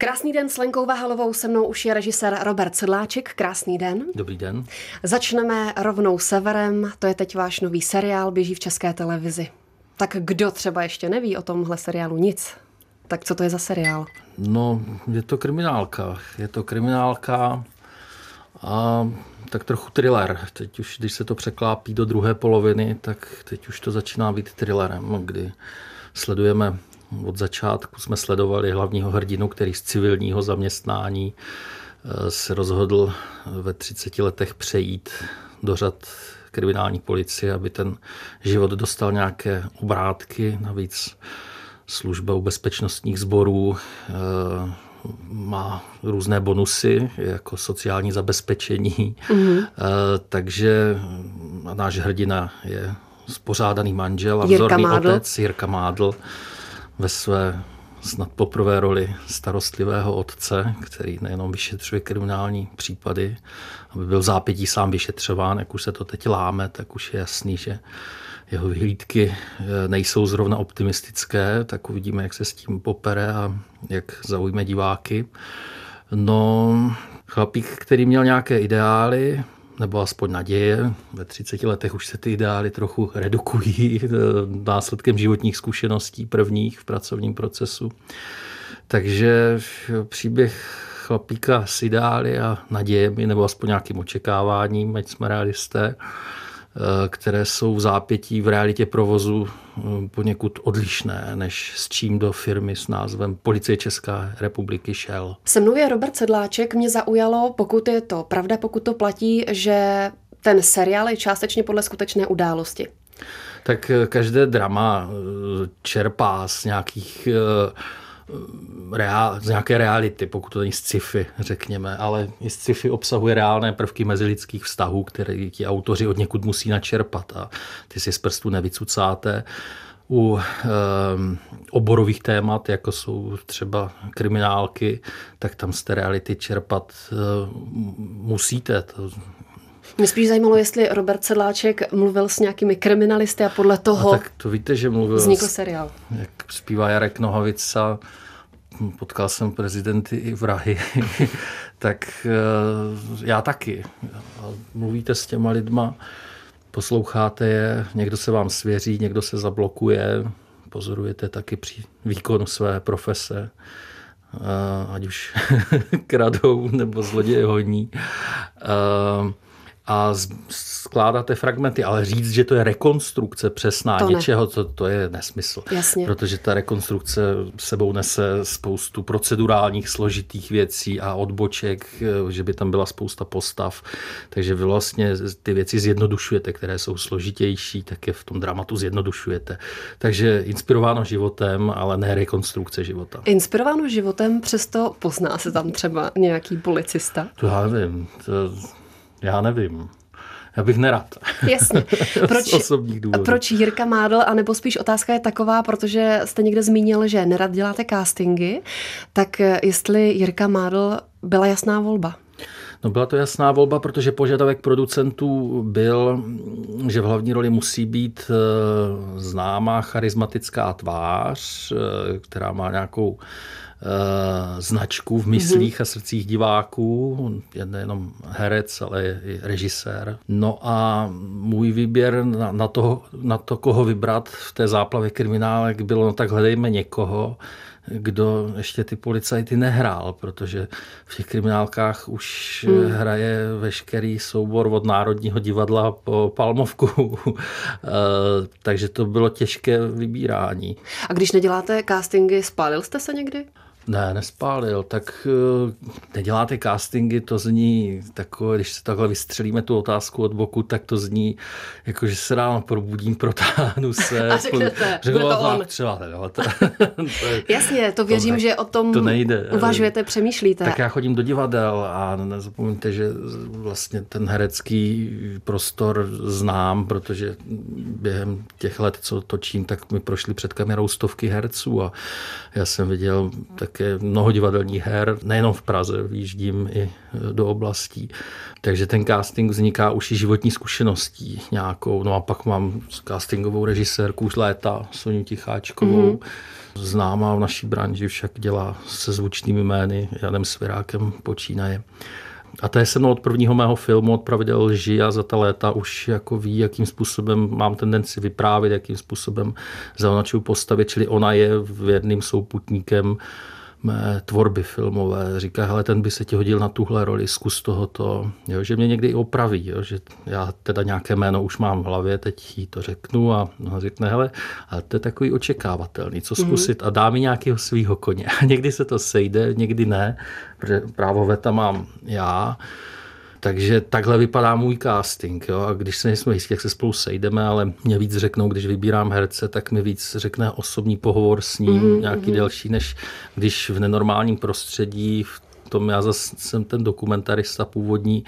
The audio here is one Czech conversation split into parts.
Krásný den s Lenkou Váhalovou, se mnou už je režisér Robert Sedláček. Krásný den. Dobrý den. Začneme rovnou Severem, to je teď váš nový seriál, běží v České televizi. Tak kdo třeba ještě neví o tomhle seriálu nic? Tak co to je za seriál? No, je to kriminálka a tak trochu thriller. Teď už, když se to překlápí do druhé poloviny, tak teď už to začíná být thrillerem, kdy sledujeme od začátku, jsme sledovali hlavního hrdinu, který z civilního zaměstnání se rozhodl ve 30 letech přejít do řad kriminální policie, aby ten život dostal nějaké obrátky. Navíc služba u bezpečnostních sborů má různé bonusy, jako sociální zabezpečení. Takže náš hrdina je spořádaný manžel a vzorný otec Jirka Mádl ve své snad poprvé roli starostlivého otce, který nejenom vyšetřuje kriminální případy, aby byl v zápětí sám vyšetřován, jak už se to teď láme, tak už je jasný, že jeho vyhlídky nejsou zrovna optimistické, tak uvidíme, jak se s tím popere a jak zaujme diváky. No, chlapík, který měl nějaké ideály, nebo aspoň naděje. Ve 30 letech už se ty ideály trochu redukují následkem životních zkušeností prvních v pracovním procesu. Takže příběh chlapíka s ideály a nadějemi, nebo aspoň nějakým očekáváním, ať jsme realisté, které jsou v zápětí v realitě provozu poněkud odlišné, než s čím do firmy s názvem Policie České republiky šel. Se mnou je Robert Sedláček. Mě zaujalo, pokud je to pravda, pokud to platí, že ten seriál je částečně podle skutečné události. Tak každé drama čerpá z nějaké reality, pokud to není sci-fi, řekněme, ale i sci-fi obsahuje reálné prvky mezilidských vztahů, které ti autoři od někud musí načerpat a ty si z prstu nevycucáte. U oborových témat, jako jsou třeba kriminálky, tak tam z té reality čerpat musíte. Mě spíš zajímalo, jestli Robert Sedláček mluvil s nějakými kriminalisty a podle toho tak to víte, že mluvil vznikl seriál. Jak zpívá Jarek Nohavica, potkal jsem prezidenty i vrahy, tak já taky. Mluvíte s těma lidma, posloucháte je, někdo se vám svěří, někdo se zablokuje, pozorujete taky při výkonu své profese, ať už kradou nebo zloděje honí. A skládáte fragmenty, ale říct, že to je rekonstrukce přesná něčeho, to je nesmysl. Jasně. Protože ta rekonstrukce sebou nese spoustu procedurálních složitých věcí a odboček, že by tam byla spousta postav. Takže vy vlastně ty věci zjednodušujete, které jsou složitější, tak je v tom dramatu zjednodušujete. Takže inspirováno životem, ale ne rekonstrukce života. Inspirováno životem, přesto pozná se tam třeba nějaký policista? To já nevím. Já bych nerad. Jasně. Z osobních důvodů. Proč Jirka Mádl, anebo spíš otázka je taková, protože jste někde zmínil, že nerad děláte castingy, tak jestli Jirka Mádl byla jasná volba? No, byla to jasná volba, protože požadavek producentů byl, že v hlavní roli musí být známá charismatická tvář, která má nějakou značku v myslích a srdcích diváků. Je nejenom herec, ale i režisér. No a můj výběr na to, koho vybrat v té záplavě kriminálek bylo, no tak hledejme někoho, kdo ještě ty policajty nehrál, protože v těch kriminálkách už hraje veškerý soubor od Národního divadla po Palmovku. Takže to bylo těžké vybírání. A když neděláte castingy, spálil jste se někdy? Ne, nespálil. Tak neděláte castingy, to zní takové, když se takhle vystřelíme tu otázku od boku, tak to zní, jako že se ráno probudím, protáhnu se. A řeknete, bude to on. Třeba Jasně, to věřím, že o tom to nejde. Uvažujete, přemýšlíte. Tak já chodím do divadel a nezapomeňte, že vlastně ten herecký prostor znám, protože během těch let, co točím, tak mi prošly před kamerou stovky herců a já jsem viděl tak také mnoho divadelních her, nejenom v Praze, vyjíždím i do oblastí. Takže ten casting vzniká už i životní zkušeností nějakou. No a pak mám castingovou režisérku už léta, Soniu Ticháčkovou, známá v naší branži, však dělá se zvučnými jmény, Janem Svirákem počínaje. A to je se mnou od prvního mého filmu, od Pravidel lži, a za ta léta už jako ví, jakým způsobem mám tendenci vyprávět, jakým způsobem zaonačuju postavy, čili ona je věrným souputníkem mé tvorby filmové. Říká, hele, ten by se ti hodil na tuhle roli, zkus tohoto. Jo, že mě někdy i opraví, jo, že já teda nějaké jméno už mám v hlavě, teď jí to řeknu a řekne, hele, ale to je takový očekávatelný, co zkusit, a dá mi nějakého svýho koně. Někdy se to sejde, někdy ne, protože právo veta mám já. Takže takhle vypadá můj casting. Jo? A když se nejsme jistí, jak se spolu sejdeme, ale mě víc řeknou, když vybírám herce, tak mi víc řekne osobní pohovor s ním, nějaký delší, než když v nenormálním prostředí, v tom já zase jsem ten dokumentarista původní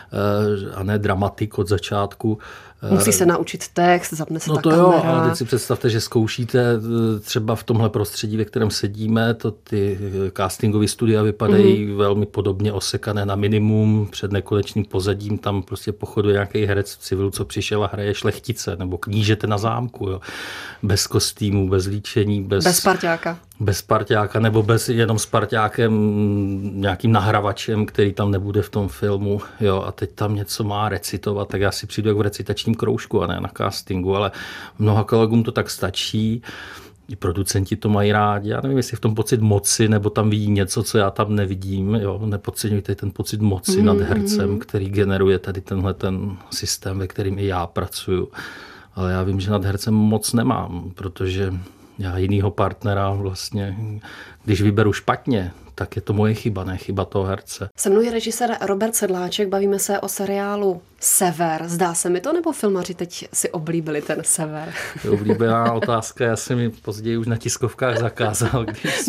a ne dramatik od začátku. Musí se naučit text, zapne se ta kamera. Jo, ale teď si představte, že zkoušíte třeba v tomhle prostředí, ve kterém sedíme, to ty castingové studia vypadají velmi podobně osekané na minimum, před nekonečným pozadím, tam prostě pochoduje nějaký herec v civilu, co přišel a hraje šlechtice, nebo knížete na zámku, jo. Bez kostýmů, bez líčení, bez parťáka. Bez parťáka, nebo jenom s parťákem, nějakým nahravačem, který tam nebude v tom filmu, jo, a teď tam něco má recitovat, tak já si přijdu jak v recitačním kroužku a ne na castingu, ale mnoha kolegům to tak stačí, i producenti to mají rádi, já nevím, jestli v tom pocit moci, nebo tam vidí něco, co já tam nevidím, jo, nepodceňujte ten pocit moci nad hercem, který generuje tady tenhle ten systém, ve kterým i já pracuju, ale já vím, že nad hercem moc nemám, protože já jinýho partnera vlastně, když vyberu špatně, tak je to moje chyba, ne chyba toho herce. Se mnou je režisér Robert Sedláček, bavíme se o seriálu Sever. Zdá se mi to, nebo filmaři teď si oblíbili ten Sever? Je oblíbená otázka, já jsem ji později už na tiskovkách zakázal,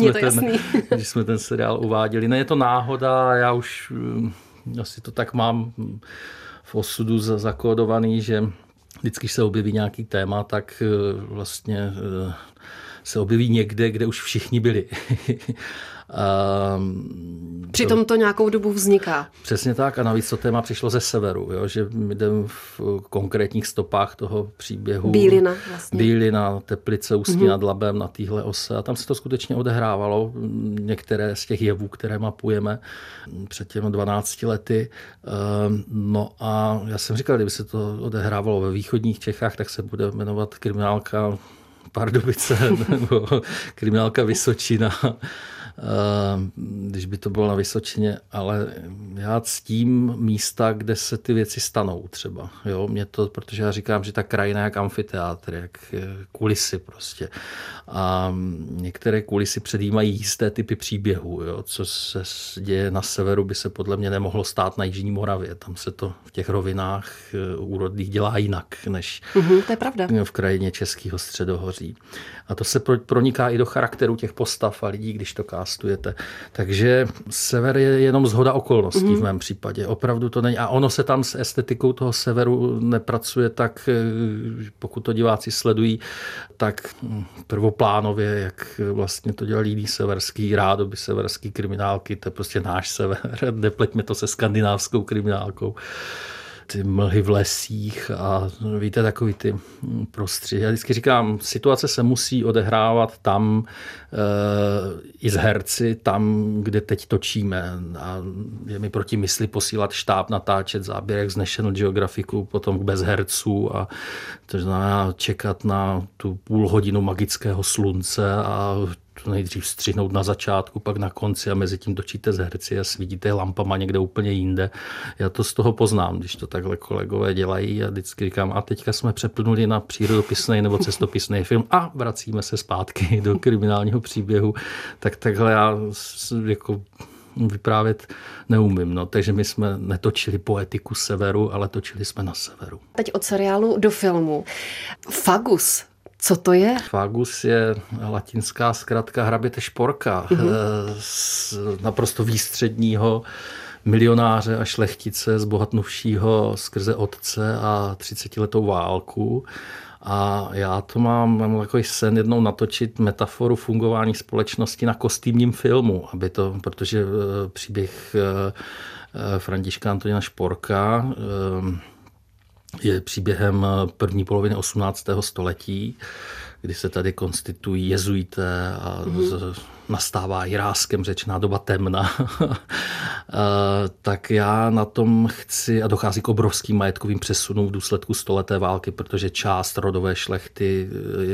když jsme ten seriál uváděli. Ne, je to náhoda, já už asi to tak mám v osudu zakódovaný, že vždycky, když se objeví nějaký téma, tak vlastně se objeví někde, kde už všichni byli. Přitom to nějakou dobu vzniká. Přesně tak, a navíc to téma přišlo ze severu, jo, že my jdeme v konkrétních stopách toho příběhu. Bílina vlastně. Bílina, Teplice, Ústí nad Labem na téhle ose, a tam se to skutečně odehrávalo, některé z těch jevů, které mapujeme před těmi 12 lety. No a já jsem říkal, kdyby se to odehrávalo ve východních Čechách, tak se bude jmenovat Kriminálka Pardubice nebo Kriminálka Vysočina, když by to bylo na Vysočině, ale já ctím místa, kde se ty věci stanou třeba. Jo? Mě to, protože já říkám, že ta krajina je jak amfiteátr, jak kulisy prostě. A některé kulisy předjímají jisté typy příběhů. Jo? Co se děje na severu, by se podle mě nemohlo stát na Jižní Moravě. Tam se to v těch rovinách úrodných dělá jinak, než to je pravda. V krajině Českého středohoří. A to se proniká i do charakteru těch postav a lidí, když to castujete. Takže sever je jenom shoda okolností v mém případě. Opravdu to není. A ono se tam s estetikou toho severu nepracuje tak, pokud to diváci sledují, tak prvoplánově, jak vlastně to dělali jiný severský, rádoby severský kriminálky, to je prostě náš sever. Nepleťme to se skandinávskou kriminálkou. Ty mlhy v lesích a víte, takový ty prostředí. Já vždycky říkám, situace se musí odehrávat tam i s herci, tam, kde teď točíme. A je mi proti mysli posílat štáb natáčet záběrek z National Geographicu, potom bez herců, a to znamená čekat na tu půl hodinu magického slunce a nejdřív střihnout na začátku, pak na konci, a mezi tím točíte s herci a svítíte lampama někde úplně jinde. Já to z toho poznám, když to takhle kolegové dělají, a vždycky říkám, a teďka jsme přeplnuli na přírodopisný nebo cestopisný film a vracíme se zpátky do kriminálního příběhu. Tak takhle já jako vyprávět neumím. No. Takže my jsme netočili poetiku severu, ale točili jsme na severu. Teď od seriálu do filmu. Fagus. Co to je? Fagus je latinská zkratka hraběte Šporka, naprosto výstředního milionáře a šlechtice zbohatnuvšího skrze otce a 30letou válku. A já to mám takový sen jednou natočit metaforu fungování společnosti na kostýmním filmu, protože příběh Františka Antonína Šporka je příběhem první poloviny 18. století, kdy se tady konstituují jezuité a nastává jiráskem řečená doba temna. Tak já na tom chci, a dochází k obrovským majetkovým přesunům v důsledku stoleté války, protože část rodové šlechty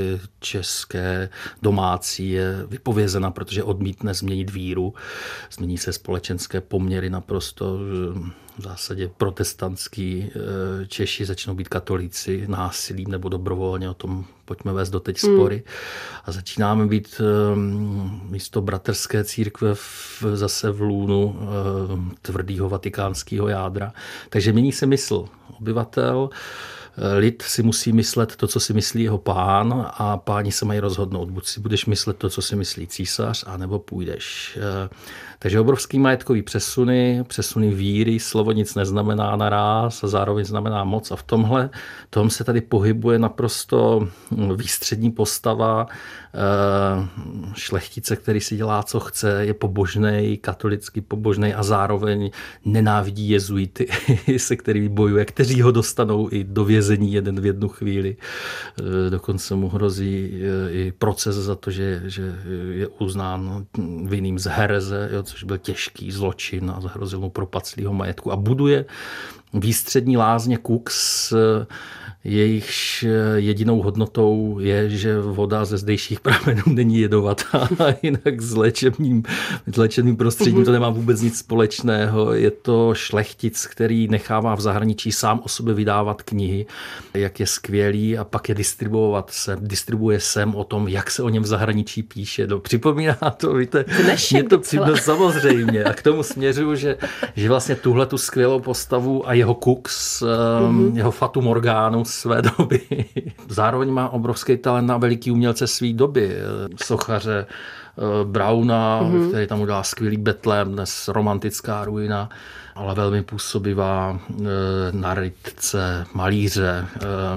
české domácí je vypovězena, protože odmítne změnit víru. Změní se společenské poměry naprosto. V zásadě protestantský Češi začnou být katolíci násilím nebo dobrovolně, o tom pojďme vést doteď spory. A začínáme být místo bratrské církve zase v lůnu tvrdého vatikánského jádra. Takže mění se mysl obyvatel. Lid si musí myslet to, co si myslí jeho pán, a páni se mají rozhodnout. Buď si budeš myslet to, co si myslí císař, anebo půjdeš. Takže obrovský majetkový přesuny víry, slovo nic neznamená naráz a zároveň znamená moc. A v tom se tady pohybuje naprosto výstřední postava šlechtice, který si dělá, co chce, je pobožnej, katolicky pobožnej a zároveň nenávidí jezuity, se kterými bojuje, kteří ho dostanou i do vězení jeden v jednu chvíli. Dokonce mu hrozí i proces za to, že je uznán vinným z hereze, což byl těžký zločin a hrozil mu propad svého majetku. A buduje výstřední lázně Kux, jejichž jedinou hodnotou je, že voda ze zdejších pramenů není jedovatá, jinak s léčebným prostředím to nemá vůbec nic společného. Je to šlechtic, který nechává v zahraničí sám o sobě vydávat knihy, jak je skvělý, a pak je distribuuje sem o tom, jak se o něm v zahraničí píše. Připomíná to, víte, je to samozřejmě. A k tomu směřuju, že vlastně tuhletu skvělou postavu a jeho Kux, jeho Fatu Morgánu své doby. Zároveň má obrovský talent na veliký umělce své doby. Sochaře Brauna, který tam udělal skvělý Betlém, dnes romantická ruina, ale velmi působivá na rytce, malíře.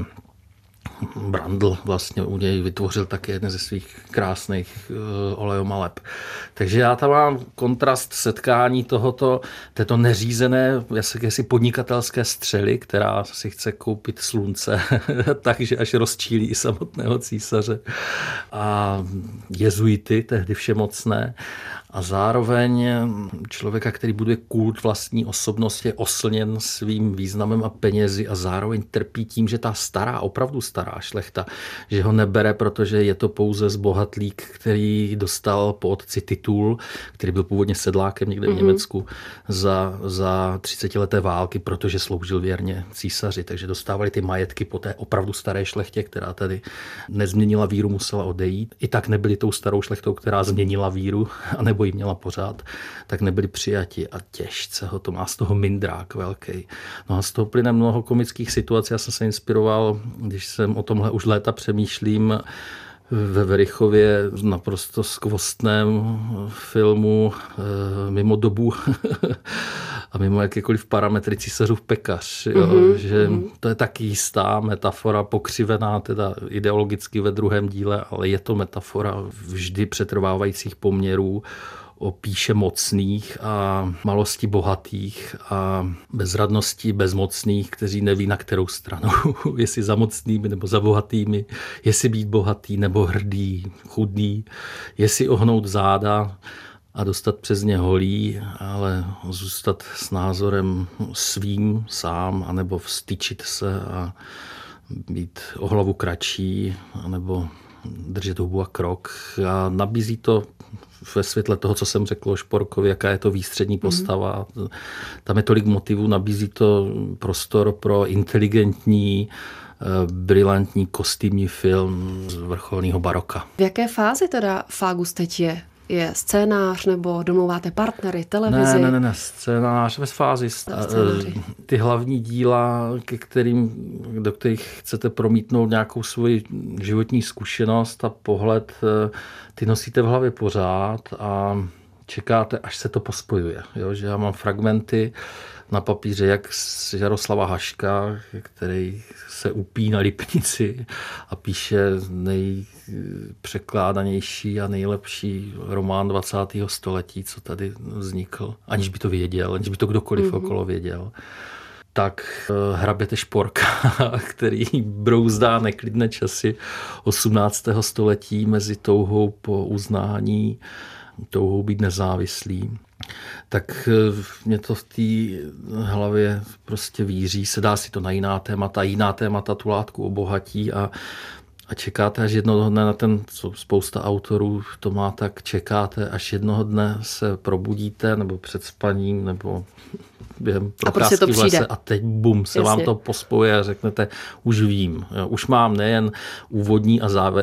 Brandl vlastně u něj vytvořil také jeden ze svých krásných olejomaleb. Takže já tam mám kontrast setkání této neřízené jakési podnikatelské střely, která si chce koupit slunce, takže až rozčílí i samotného císaře, a jezuity, tehdy všemocné. A zároveň člověka, který buduje kult vlastní osobnosti, je oslněn svým významem a penězi a zároveň trpí tím, že ta opravdu stará šlechta, že ho nebere, protože je to pouze zbohatlík, který dostal po otci titul, který byl původně sedlákem někde v Německu za 30leté války, protože sloužil věrně císaři. Takže dostávali ty majetky po té opravdu staré šlechtě, která tady nezměnila víru, musela odejít. I tak nebyli tou starou šlechtou, která změnila víru, anebo ji měla pořád, tak nebyli přijati a těžce ho to má z toho mindrák velký. No a z toho plyne mnoho komických situací. Já jsem se inspiroval, když jsem o tomhle už léta přemýšlím, ve Verichově naprosto skvostném filmu mimo dobu a mimo jakékoliv parametry Císařův pekař. Že to je taky jistá metafora, pokřivená teda ideologicky ve druhém díle, ale je to metafora vždy přetrvávajících poměrů, o píše mocných a malosti bohatých a bezradnosti bezmocných, kteří neví na kterou stranu, jestli za mocnými nebo za bohatými, jestli být bohatý nebo hrdý, chudý, jestli ohnout záda a dostat přes ně holí, ale zůstat s názorem svým sám, anebo vstyčit se a být o hlavu kratší, anebo držet hubu a krok. A nabízí to ve světle toho, co jsem řekl o Šporkovi, jaká je to výstřední postava. Tam je tolik motivů, nabízí to prostor pro inteligentní, brilantní kostýmní film z vrcholného baroka. V jaké fázi teda Fagus teď je? Je scénář nebo domlouváte partnery, televizi? Ne, scénář bez fázi. Ty hlavní díla, do kterých chcete promítnout nějakou svoji životní zkušenost a pohled, ty nosíte v hlavě pořád a čekáte, až se to pospojuje. Jo? Že já mám fragmenty na papíře, jak z Jaroslava Haška, který se upí na Lipnici a píše nejpřekládanější a nejlepší román 20. století, co tady vznikl, aniž by to věděl, aniž by to kdokoliv okolo věděl. Tak Hraběte Šporka, který brouzdá neklidné časy 18. století mezi touhou po uznání, touhou být nezávislý. Tak mě to v té hlavě prostě víří, se dá si to na jiná témata tu látku obohatí a čekáte, až jednoho dne na ten, spousta autorů to má, tak čekáte, až jednoho dne se probudíte, nebo před spaním, nebo během procházky v lese a teď bum, se vám to pospojuje a řeknete, už vím. Jo, už mám nejen úvodní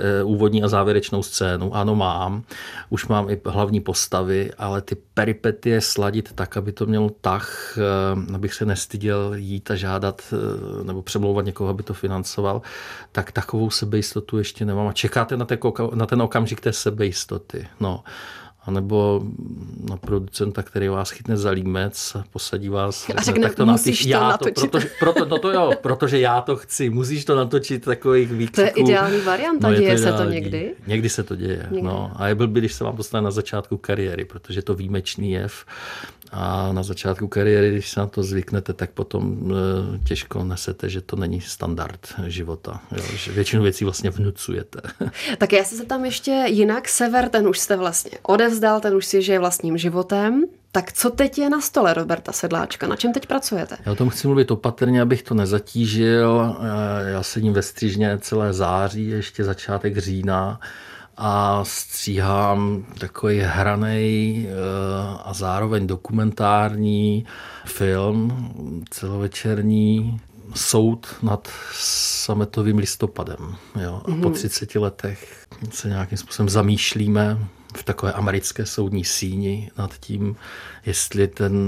a závěrečnou scénu, ano mám, už mám i hlavní postavy, ale ty peripetie sladit tak, aby to mělo tah, abych se nestyděl jít a žádat nebo přemlouvat někoho, aby to financoval, tak takovou sebejistotu ještě nemám. A čekáte na ten okamžik té sebejistoty. No. A nebo na producenta, který vás chytne za límec a posadí vás. A řekne, tak to musíš to natočit. Protože já to chci. Musíš to natočit takových výkřiků. To je ideální varianta, děje se to někdy? Někdy se to děje. No. A je blbý, když se vám to stane na začátku kariéry, protože je to výjimečný jev. A na začátku kariéry, když se na to zvyknete, tak potom těžko nesete, že to není standard života. Jo? Že většinu věcí vlastně vnucujete. Tak já se zeptám ještě jinak. Sever, ten už jste vlastně odevzdal, ten už si žije vlastním životem. Tak co teď je na stole Roberta Sedláčka? Na čem teď pracujete? Já o tom chci mluvit opatrně, abych to nezatížil. Já sedím ve střížně celé září, ještě začátek října. A stříhám takový hranej a zároveň dokumentární film, celovečerní, Soud nad sametovým listopadem. Jo. A po 30 letech se nějakým způsobem zamýšlíme v takové americké soudní síni nad tím, jestli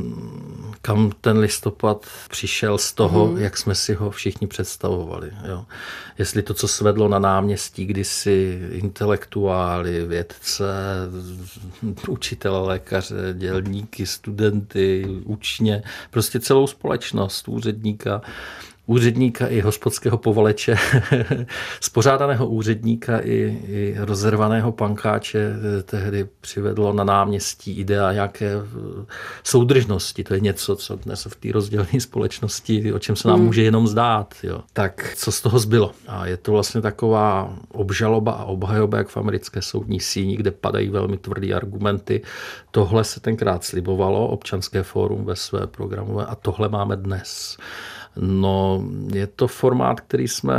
kam ten listopad přišel z toho, jak jsme si ho všichni představovali. Jo. Jestli to, co svedlo na náměstí kdysi intelektuály, vědce, učitele, lékaře, dělníky, studenty, učně, prostě celou společnost, úředníka i hospodského povaleče, spořádaného úředníka i rozervaného pankáče tehdy přivedlo na náměstí idea nějaké soudržnosti. To je něco, co dnes v té rozdělené společnosti, o čem se nám může jenom zdát. Jo. Tak co z toho zbylo? A je to vlastně taková obžaloba a obhajoba, jak v americké soudní síni, kde padají velmi tvrdé argumenty. Tohle se tenkrát slibovalo, Občanské fórum ve své programové, a tohle máme dnes. No, je to formát, který jsme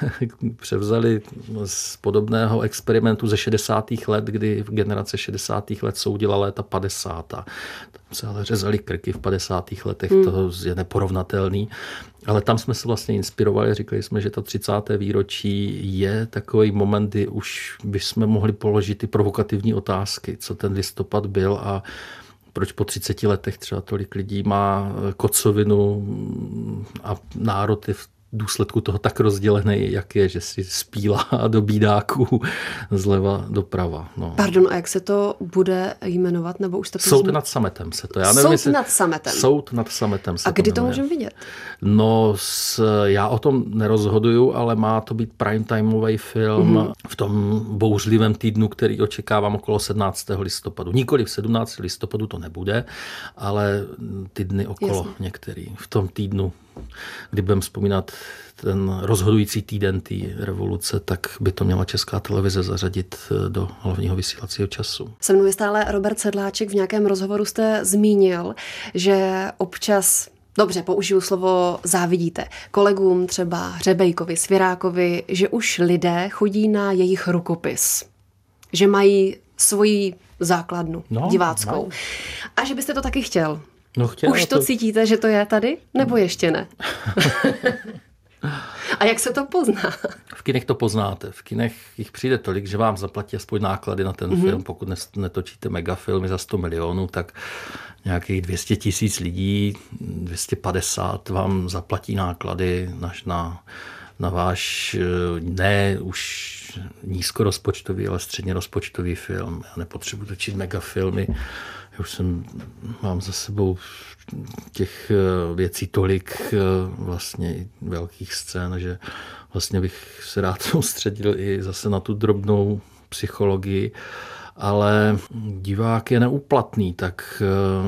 převzali z podobného experimentu ze 60. let, kdy generace 60. let soudila léta 50. Tam se ale řezali krky v 50. letech, to je neporovnatelný. Ale tam jsme se vlastně inspirovali, říkali jsme, že ta 30. výročí je takový moment, kdy už bychom mohli položit ty provokativní otázky, co ten listopad byl a proč po 30 letech třeba tolik lidí má kocovinu a národ je v důsledku toho tak rozdělený, jak je, že si spílá do bídáků zleva doprava. No. Pardon, a jak se to bude jmenovat? Nebo už jste to Soud nad sametem se to. Já nevím, nad sametem. Soud nad sametem se a kdy to můžeme vidět? No, já o tom nerozhoduju, ale má to být primetimeový film v tom bouřlivém týdnu, který očekávám okolo 17. listopadu. Nikoliv 17. listopadu to nebude, ale ty dny okolo některý. V tom týdnu, kdy budeme vzpomínat ten rozhodující týden té revoluce, tak by to měla Česká televize zařadit do hlavního vysílacího času. Se mnou je stále Robert Sedláček. V nějakém rozhovoru jste zmínil, že občas, dobře, použiju slovo závidíte, kolegům třeba Hřebejkovi, Svěrákovi, že už lidé chodí na jejich rukopis. Že mají svoji základnu diváckou. No. A že byste to taky chtěl. No, už to cítíte, že to je tady? Nebo ještě ne? A jak se to pozná? V kinech to poznáte. V kinech jich přijde tolik, že vám zaplatí aspoň náklady na ten film. Pokud netočíte megafilmy za 100 milionů, tak nějakých 200 000 lidí, 250 vám zaplatí náklady na váš ne už nízkorozpočtový, ale středně rozpočtový film. Já nepotřebuji točit megafilmy Mám za sebou těch věcí tolik, vlastně velkých scén, že vlastně bych se rád soustředil i zase na tu drobnou psychologii, ale divák je neúplatný, tak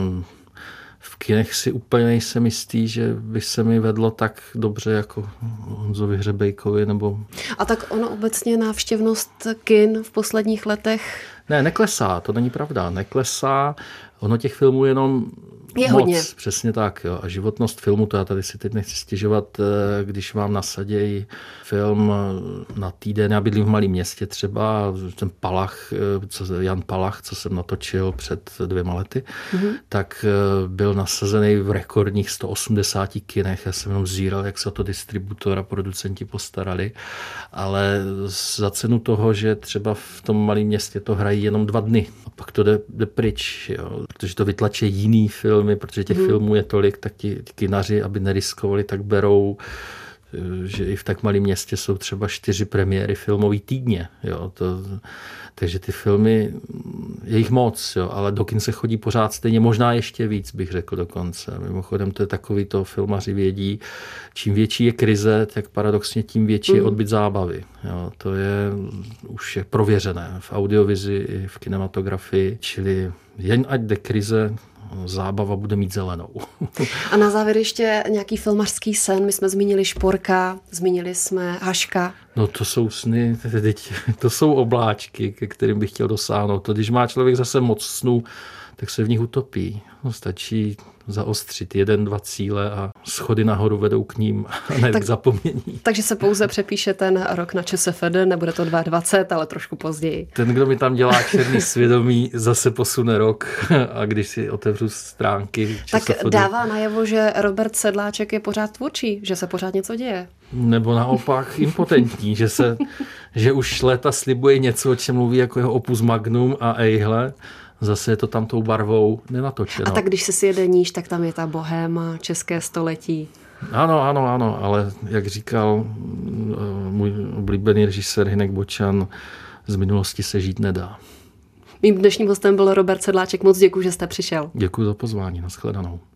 v kinech si úplně nejsem jistý, že by se mi vedlo tak dobře jako Honzovi Hřebejkovi. A tak ono obecně návštěvnost kin v posledních letech? Ne, neklesá, to není pravda, neklesá. Ono těch filmů jenom je moc, hodně. Přesně tak. Jo. A životnost filmu, to já tady si teď nechci stěžovat, když vám nasadějí film na týden, já bydlím v malém městě třeba, ten Palach, Jan Palach, co jsem natočil před 2 lety, tak byl nasazený v rekordních 180 kinech. Já jsem jenom zíral, jak se o to distributor a producenti postarali, ale za cenu toho, že třeba v tom malém městě to hrají jenom 2 dny a pak to jde pryč, jo. Protože to vytlačí jiný filmy, protože těch filmů je tolik, tak ti kinaři, aby neriskovali, tak berou, že i v tak malém městě jsou třeba 4 premiéry filmový týdně. Jo. Takže ty filmy, je jich moc, jo, ale do kin se chodí pořád stejně, možná ještě víc, bych řekl dokonce. Mimochodem to je takový, to filmaři vědí, čím větší je krize, tak paradoxně tím větší je odbyt zábavy. Jo. To už je prověřené v audiovizi i v kinematografii, čili jen ať jde krize, zábava bude mít zelenou. A na závěr ještě nějaký filmařský sen. My jsme zmínili Šporka, zmínili jsme Haška. No to jsou sny, to jsou obláčky, ke kterým bych chtěl dosáhnout. To, když má člověk zase moc snů, tak se v nich utopí. No, stačí zaostřit 1-2 cíle a schody nahoru vedou k ním a ne k zapomnění. Takže se pouze přepíše ten rok na ČSFD, nebude to 2020, ale trošku později. Ten, kdo mi tam dělá černý svědomí, zase posune rok a když si otevřu stránky ČSFD. Tak dává najevo, že Robert Sedláček je pořád tvůrčí, že se pořád něco děje. Nebo naopak impotentní, že už léta slibuje něco, o čem mluví jako jeho opus magnum a ejhle, zase je to tam tou barvou nenatočeno. A tak když se sjede níž, tak tam je ta bohéma, české století. Ano, ale jak říkal můj oblíbený režisér Hynek Bočan, z minulosti se žít nedá. Mým dnešním hostem byl Robert Sedláček. Moc děkuji, že jste přišel. Děkuji za pozvání. Nashledanou.